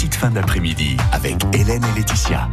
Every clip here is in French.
petites fins d'après-midi avec Hélène et Laetitia.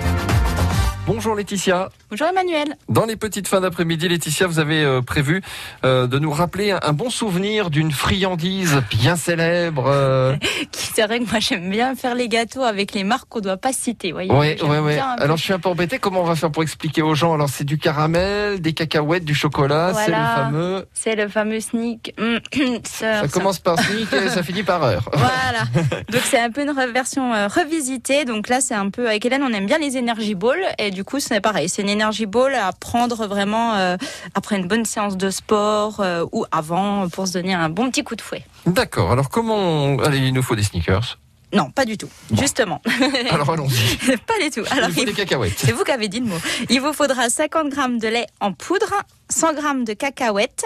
Bonjour Laetitia. Bonjour Emmanuel. Dans les petites fins d'après-midi, Laetitia, vous avez prévu de nous rappeler un bon souvenir d'une friandise bien célèbre. C'est vrai que moi j'aime bien faire les gâteaux avec les marques qu'on ne doit pas citer. Oui. Alors je suis un peu embêté. Comment on va faire pour expliquer aux gens? Alors c'est du caramel, des cacahuètes, du chocolat, voilà, c'est le fameux sneak. Ça commence par sneak et ça finit par heure. Voilà. Donc c'est un peu une version revisitée. Donc là c'est un peu, avec Hélène on aime bien les energy balls et du coup c'est pareil. C'est une energy ball à prendre vraiment après une bonne séance de sport ou avant pour se donner un bon petit coup de fouet. D'accord. Alors Allez, il nous faut des sneakers. Non, pas du tout. Bon. Justement. Alors allons-y. Pas du tout. Alors, il faut des cacahuètes. C'est vous qui avez dit le mot. Il vous faudra 50 grammes de lait en poudre, 100 grammes de cacahuètes,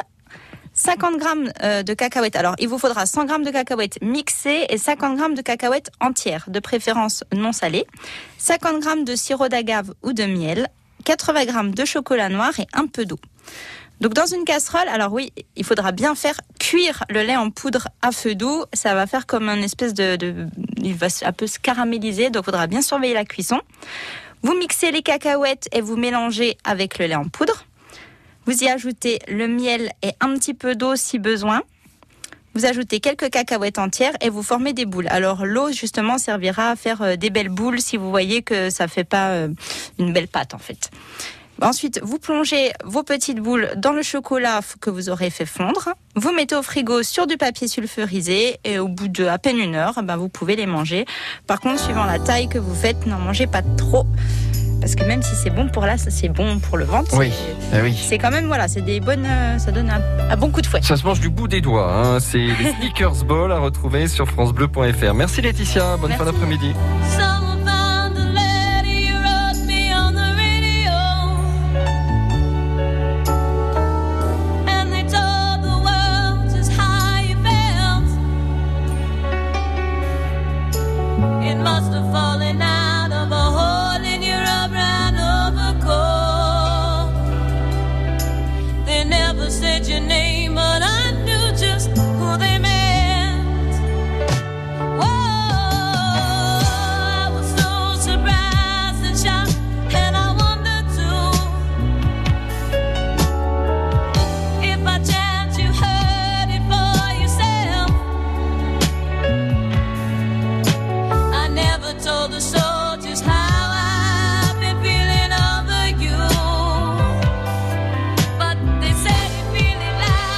50 grammes de cacahuètes. Alors, il vous faudra 100 grammes de cacahuètes mixées et 50 grammes de cacahuètes entières, de préférence non salées, 50 grammes de sirop d'agave ou de miel, 80 grammes de chocolat noir et un peu d'eau. Donc dans une casserole, alors oui, il faudra bien faire cuire le lait en poudre à feu doux. Ça va faire comme une espèce il va un peu se caraméliser, donc il faudra bien surveiller la cuisson. Vous mixez les cacahuètes et vous mélangez avec le lait en poudre. Vous y ajoutez le miel et un petit peu d'eau si besoin. Vous ajoutez quelques cacahuètes entières et vous formez des boules. Alors l'eau justement servira à faire des belles boules si vous voyez que ça fait pas une belle pâte en fait. Ensuite, vous plongez vos petites boules dans le chocolat que vous aurez fait fondre. Vous mettez au frigo sur du papier sulfurisé et au bout de à peine une heure, vous pouvez les manger. Par contre, suivant la taille que vous faites, n'en mangez pas trop. Parce que même si c'est bon pour c'est bon pour le ventre. Oui. C'est quand même, c'est des bonnes, ça donne un bon coup de fouet. Ça se mange du bout des doigts, hein. C'est les Sneakers Ball à retrouver sur francebleu.fr. Merci Laetitia, bonne fin d'après-midi. But they say feeling like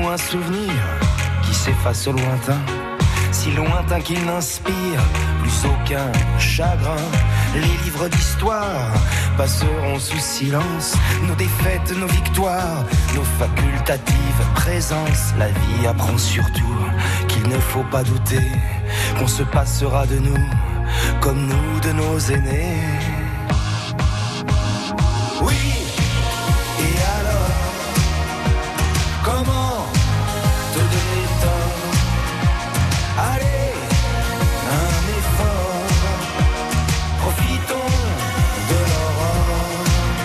un souvenir qui s'efface au lointain, si lointain qu'il n'inspire plus aucun chagrin. Les livres d'histoire passeront sous silence nos défaites, nos victoires, nos facultatives présences. La vie apprend surtout qu'il ne faut pas douter qu'on se passera de nous comme nous de nos aînés. Oui, et alors, comment te donner tort? Allez, un effort, profitons de l'aurore,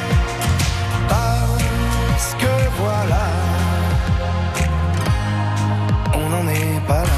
parce que voilà, on n'en est pas là.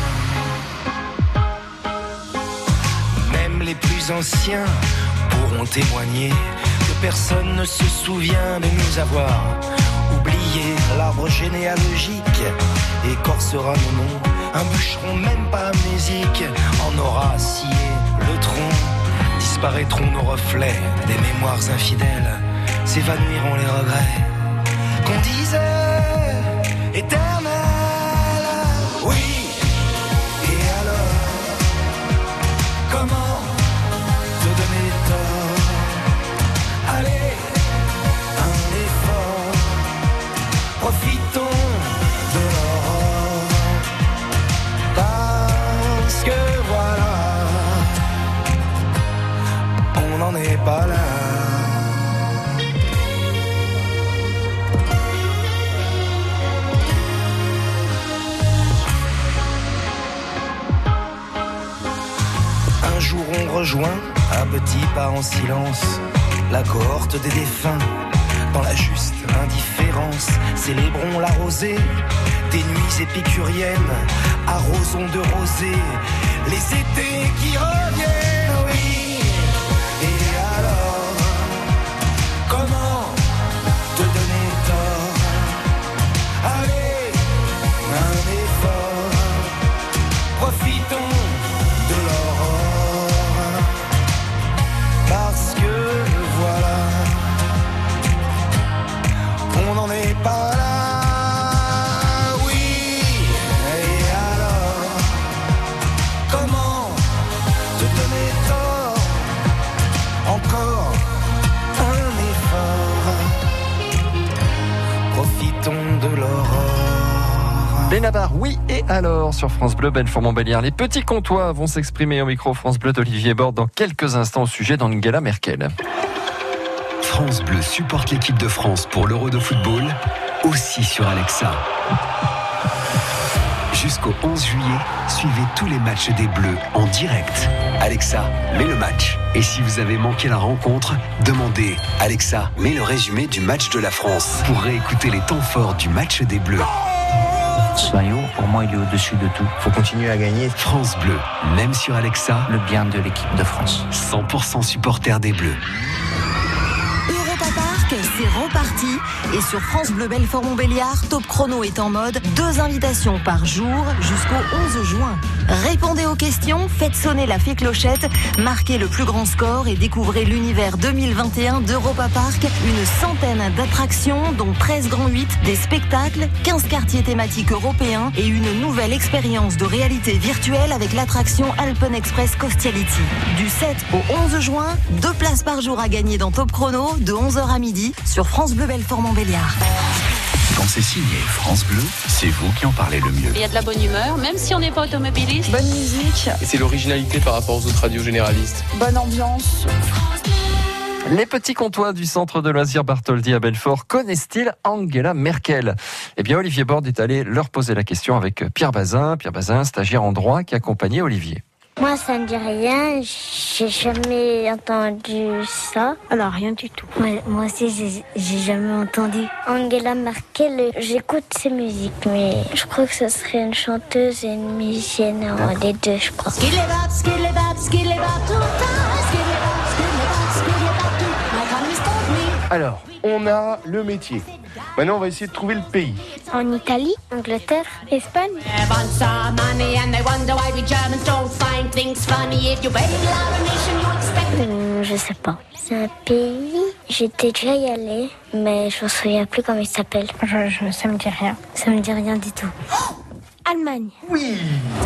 Même les plus anciens pourront témoigner que personne ne se souvient de nous avoir oublié. L'arbre généalogique écorcera nos noms, un bûcheron même pas amnésique en aura scié le tronc. Disparaîtront nos reflets des mémoires infidèles, s'évanouiront les regrets qu'on disait éternels. Oui, et alors, comment te donner tort? Allez, un effort, profitons de l'aurore, parce que voilà, on n'en est pas là. Un jour on rejoint, à petits pas en silence, la cohorte des défunts. Dans la juste indifférence, célébrons la rosée des nuits épicuriennes, arrosons de rosée les étés qui reviennent. Oui, et alors, comment te donner tort? Allez, un effort, profitons de l'aurore, parce que voilà, on n'en est pas là. Oui, et alors, comment te donner tort? Encore un effort, profitons de l'aurore. Benabar, oui et alors sur France Bleu Belfort-Montbéliard. Les petits comtois vont s'exprimer au micro France Bleu d'Olivier Borde dans quelques instants au sujet d'Angela Merkel. France Bleu supporte l'équipe de France pour l'Euro de football, aussi sur Alexa. Jusqu'au 11 juillet, suivez tous les matchs des Bleus en direct. Alexa, mets le match. Et si vous avez manqué la rencontre, demandez Alexa, mets le résumé du match de la France pour réécouter les temps forts du match des Bleus. Ce maillot, pour moi, il est au-dessus de tout. Faut continuer à gagner. France Bleu, même sur Alexa, Le bien de l'équipe de France. 100% supporter des Bleus. Europa Park, c'est reparti. Et sur France Bleu Belfort-Montbéliard, Top Chrono est en mode 2 invitations par jour jusqu'au 11 juin. Répondez aux questions, faites sonner la fée clochette, marquez le plus grand score et découvrez l'univers 2021 d'Europa Park. Une centaine d'attractions, dont 13 grands 8, des spectacles, 15 quartiers thématiques européens et une nouvelle expérience de réalité virtuelle avec l'attraction Alpen Express Costiality. Du 7 au 11 juin, 2 places par jour à gagner dans Top Chrono de 11h à midi sur France Bleu Belfort-Montbéliard. Quand c'est signé France Bleu, c'est vous qui en parlez le mieux. Il y a de la bonne humeur, même si on n'est pas automobiliste. Bonne musique. Et c'est l'originalité par rapport aux autres radios généralistes. Bonne ambiance. Les petits comtois du centre de loisirs Bartholdi à Belfort connaissent-ils Angela Merkel? Eh bien, Olivier Borde est allé leur poser la question avec Pierre Bazin. Pierre Bazin, stagiaire en droit qui accompagnait Olivier. Moi, ça ne dit rien. J'ai jamais entendu ça. Alors, rien du tout. Ouais, moi aussi, j'ai jamais entendu. Angela Merkel, j'écoute ses musiques, mais je crois que ce serait une chanteuse et une musicienne, les deux, je crois. Alors, on a le métier. Maintenant, on va essayer de trouver le pays. En Italie, Angleterre, Espagne. Je sais pas. C'est un pays J'étais déjà y allée, mais je me souviens plus comment il s'appelle. Ça me dit rien. Ça me dit rien du tout. Oh, Allemagne. Oui.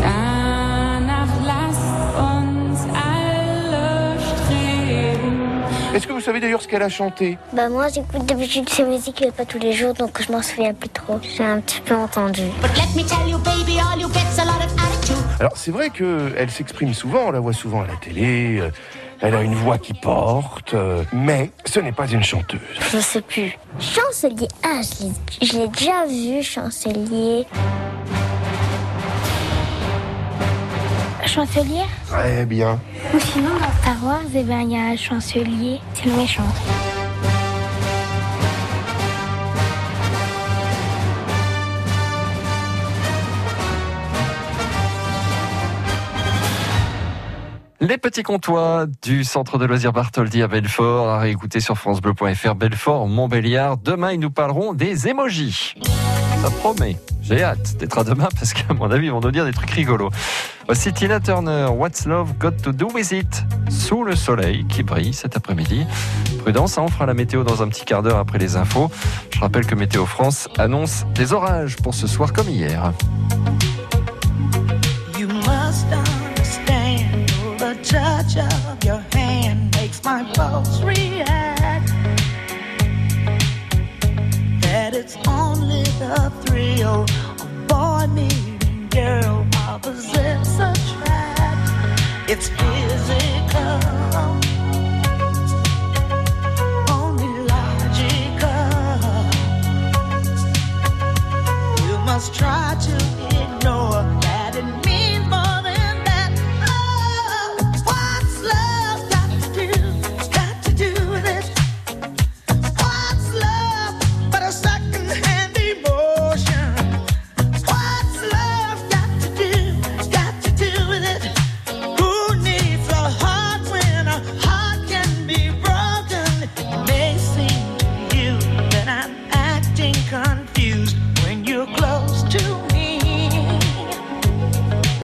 Est-ce que vous savez d'ailleurs ce qu'elle a chanté? Bah moi j'écoute d'habitude ces musiques mais pas tous les jours donc je m'en souviens plus trop. J'ai un petit peu entendu. Alors c'est vrai qu'elle s'exprime souvent, on la voit souvent à la télé, elle a une voix qui porte, mais ce n'est pas une chanteuse. Je sais plus. Chancelier, je l'ai déjà vu, chancelier. Chancelière? Très bien. Ou sinon dans Star Wars, il y a un chancelier, c'est le méchant. Les petits comtois du centre de loisirs Bartholdi à Belfort, à réécouter sur francebleu.fr. Belfort, Montbéliard. Demain, ils nous parleront des émojis. Ça promet. J'ai hâte d'être à demain parce qu'à mon avis, ils vont nous dire des trucs rigolos. Voici Tina Turner, What's Love Got to Do With It? Sous le soleil qui brille cet après-midi. Prudence, on fera la météo dans un petit quart d'heure après les infos. Je rappelle que Météo France annonce des orages pour ce soir comme hier. You must understand, the touch of your hand makes my pulse react. That it's only the thrill of boy meeting girl, opposites attract. It's physical, only logical. You must try to ignore